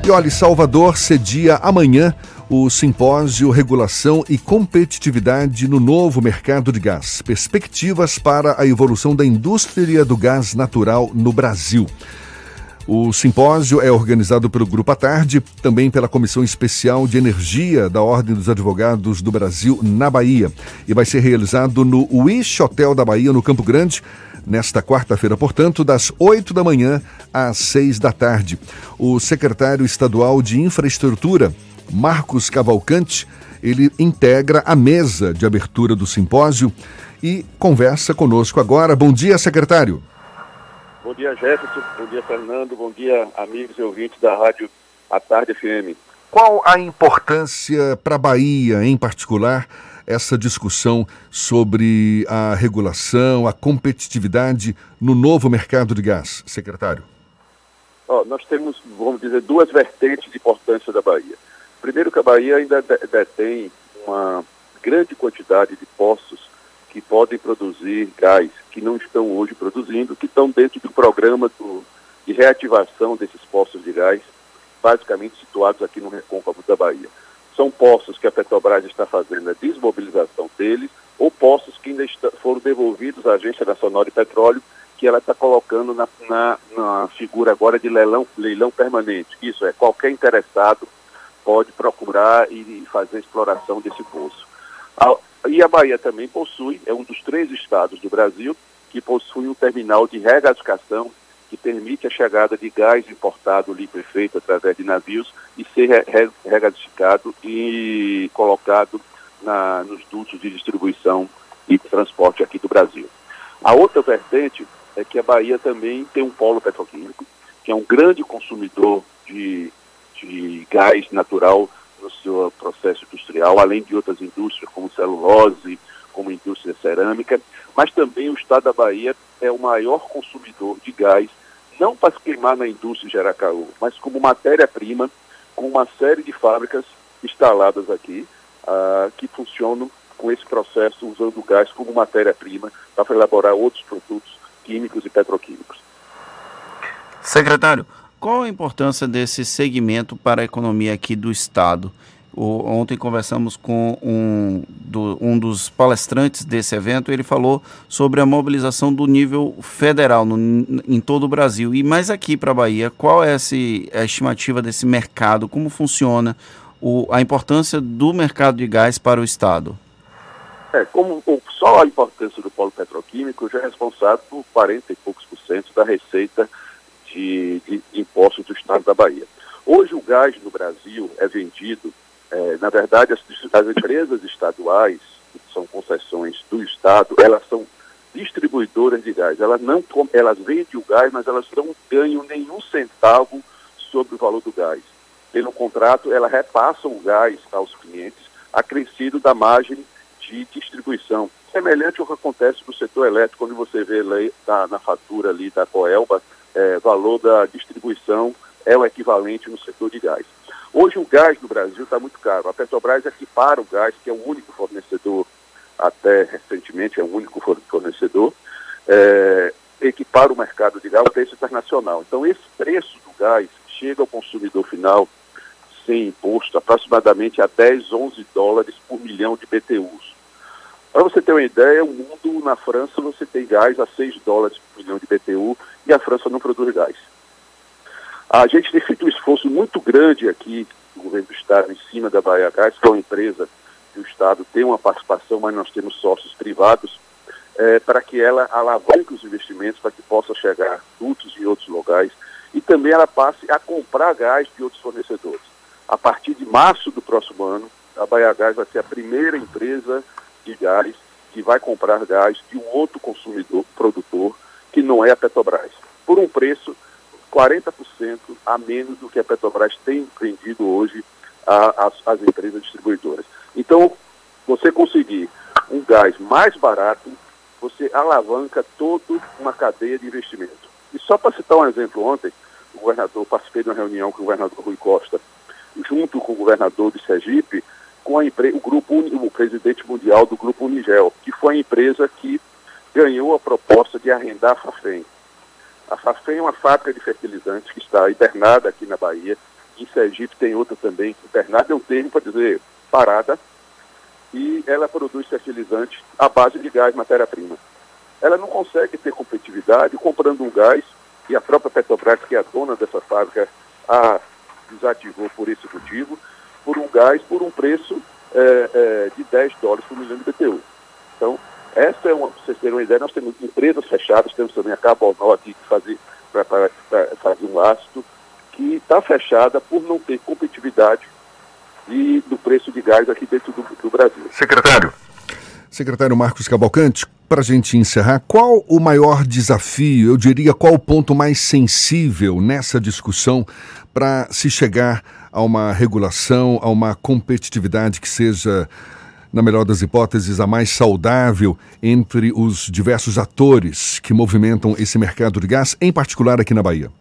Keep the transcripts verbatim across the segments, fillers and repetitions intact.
E olha, Salvador cedia amanhã o simpósio Regulação e Competitividade no Novo Mercado de Gás. Perspectivas para a evolução da indústria do gás natural no Brasil. O simpósio é organizado pelo Grupo à Tarde, também pela Comissão Especial de Energia da Ordem dos Advogados do Brasil, na Bahia. E vai ser realizado no Wish Hotel da Bahia, no Campo Grande, nesta quarta-feira, portanto, das oito da manhã às seis da tarde. O secretário estadual de Infraestrutura, Marcos Cavalcante, ele integra a mesa de abertura do simpósio e conversa conosco agora. Bom dia, secretário. Bom dia, Jefferson. Bom dia, Fernando. Bom dia, amigos e ouvintes da Rádio à Tarde F M. Qual a importância para a Bahia, em particular, essa discussão sobre a regulação, a competitividade no novo mercado de gás, secretário? Oh, nós temos, vamos dizer, duas vertentes de importância da Bahia. Primeiro, que a Bahia ainda detém uma grande quantidade de poços que podem produzir gás, que não estão hoje produzindo, que estão dentro do programa do, de reativação desses poços de gás, basicamente situados aqui no recôncavo da Bahia. São poços que a Petrobras está fazendo a desmobilização deles, ou poços que ainda está, foram devolvidos à Agência Nacional de Petróleo, que ela está colocando na, na, na figura agora de leilão, leilão permanente. Isso é, qualquer interessado pode procurar e fazer a exploração desse poço. A, E a Bahia também possui, é um dos três estados do Brasil que possui um terminal de regasificação que permite a chegada de gás importado liquefeito através de navios e ser re regasificado e colocado na, nos dutos de distribuição e transporte aqui do Brasil. A outra vertente é que a Bahia também tem um polo petroquímico, que é um grande consumidor de, de gás natural no seu processo industrial, além de outras indústrias como celulose, como indústria cerâmica, mas também o estado da Bahia é o maior consumidor de gás, não para se queimar na indústria de Jaracaú, mas como matéria-prima, com uma série de fábricas instaladas aqui, uh, que funcionam com esse processo, usando o gás como matéria-prima para elaborar outros produtos químicos e petroquímicos. Secretário, qual a importância desse segmento para a economia aqui do Estado? O, ontem conversamos com um, do, um dos palestrantes desse evento, ele falou sobre a mobilização do nível federal no, em todo o Brasil. E mais aqui para a Bahia, qual é esse, a estimativa desse mercado? Como funciona o, a importância do mercado de gás para o Estado? É, como só a importância do polo petroquímico já é responsável por quarenta e poucos por cento da receita De, de impostos do estado da Bahia. Hoje o gás no Brasil é vendido, é, na verdade as, as empresas estaduais, que são concessões do estado, elas são distribuidoras de gás. Elas, não, elas vendem o gás, mas elas não ganham nenhum centavo sobre o valor do gás. Pelo contrato, elas repassam o gás aos clientes, acrescido da margem de distribuição. Semelhante ao que acontece no setor elétrico, quando você vê lá, na, na fatura ali da Coelba, É, valor da distribuição é o equivalente no setor de gás. Hoje o gás no Brasil está muito caro. A Petrobras equipara o gás, que é o único fornecedor, até recentemente é o único fornecedor, é, equipara o mercado de gás ao preço internacional. Então esse preço do gás chega ao consumidor final, sem imposto, aproximadamente a dez, onze dólares por milhão de B T Us. Para você ter uma ideia, o mundo, na França, você tem gás a seis dólares por milhão de B T U e a França não produz gás. A gente tem feito um esforço muito grande aqui, no governo do Estado, em cima da Bahia Gás, que é uma empresa que o Estado tem uma participação, mas nós temos sócios privados, é, para que ela alavanque os investimentos, para que possa chegar dutos em outros locais, e também ela passe a comprar gás de outros fornecedores. A partir de março do próximo ano, a Bahia Gás vai ser a primeira empresa de gás que vai comprar gás de um outro consumidor, produtor, que não é a Petrobras, por um preço quarenta por cento a menos do que a Petrobras tem vendido hoje às empresas distribuidoras. Então, você conseguir um gás mais barato, você alavanca toda uma cadeia de investimento. E só para citar um exemplo, ontem, o governador, participei de uma reunião com o governador Rui Costa, junto com o governador de Sergipe, com a empre... o grupo o presidente mundial do grupo Unigel, que foi a empresa que ganhou a proposta de arrendar a Fafem. A Fafem é uma fábrica de fertilizantes que está hibernada aqui na Bahia, em Sergipe tem outra também, Bernardo é um termo para dizer parada, e ela produz fertilizante à base de gás matéria-prima. Ela não consegue ter competitividade comprando um gás, e a própria Petrobras, que é a dona dessa fábrica, a desativou por esse motivo, por um gás, por um preço é, é, de dez dólares por milhão de B T U. Então, essa é uma, para vocês terem uma ideia, nós temos empresas fechadas, temos também a Carbonol aqui que fazer, para fazer um ácido, que está fechada por não ter competitividade e do preço de gás aqui dentro do, do Brasil. Secretário. Secretário Marcos Cavalcante, para a gente encerrar, qual o maior desafio, eu diria, qual o ponto mais sensível nessa discussão para se chegar a uma regulação, a uma competitividade que seja, na melhor das hipóteses, a mais saudável entre os diversos atores que movimentam esse mercado de gás, em particular aqui na Bahia?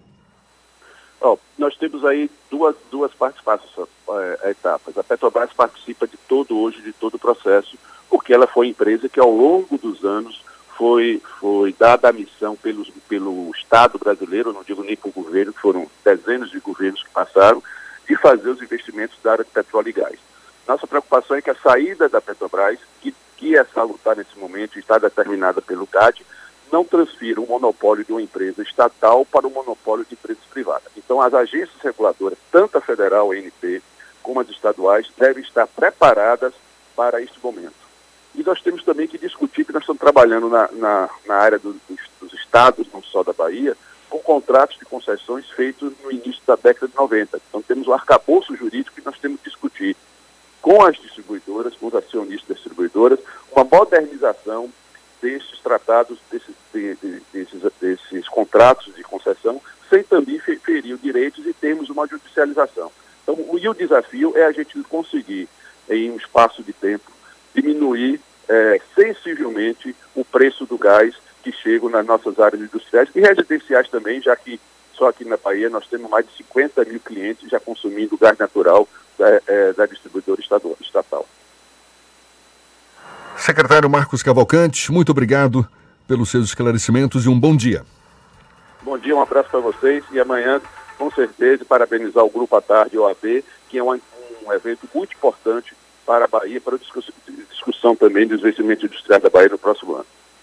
Oh, nós temos aí duas, duas participações, é, etapas. A Petrobras participa de todo hoje, de todo o processo, porque ela foi empresa que ao longo dos anos foi, foi dada a missão pelos, pelo Estado brasileiro, não digo nem por governo, que foram dezenas de governos que passaram, de fazer os investimentos da área de petróleo e gás. Nossa preocupação é que a saída da Petrobras, que, que é salutar nesse momento, está determinada pelo C A D, não transfira o monopólio de uma empresa estatal para o monopólio de empresas privadas. Então, as agências reguladoras, tanto a federal, a A N P, como as estaduais, devem estar preparadas para este momento. E nós temos também que discutir, que nós estamos trabalhando na, na, na área do, dos, dos estados, não só da Bahia, com contratos de concessões feitos no início da década de noventa. Então, temos um arcabouço jurídico que nós temos que discutir com as distribuidoras, com os acionistas das distribuidoras, uma modernização desses tratados, desses, de, de, desses, desses contratos de concessão, sem também ferir os direitos e termos uma judicialização. Então, o, e o desafio é a gente conseguir, em um espaço de tempo, diminuir é, sensivelmente o preço do gás que chega nas nossas áreas industriais e residenciais também, já que só aqui na Bahia nós temos mais de cinquenta mil clientes já consumindo gás natural da, é, da distribuidora estadual, estatal. Secretário Marcos Cavalcante, muito obrigado pelos seus esclarecimentos e um bom dia. Bom dia, um abraço para vocês e amanhã, com certeza, parabenizar o Grupo à Tarde, O A B, que é um, um evento muito importante para a Bahia, para a discussão, discussão também dos investimentos industriais da Bahia no próximo ano.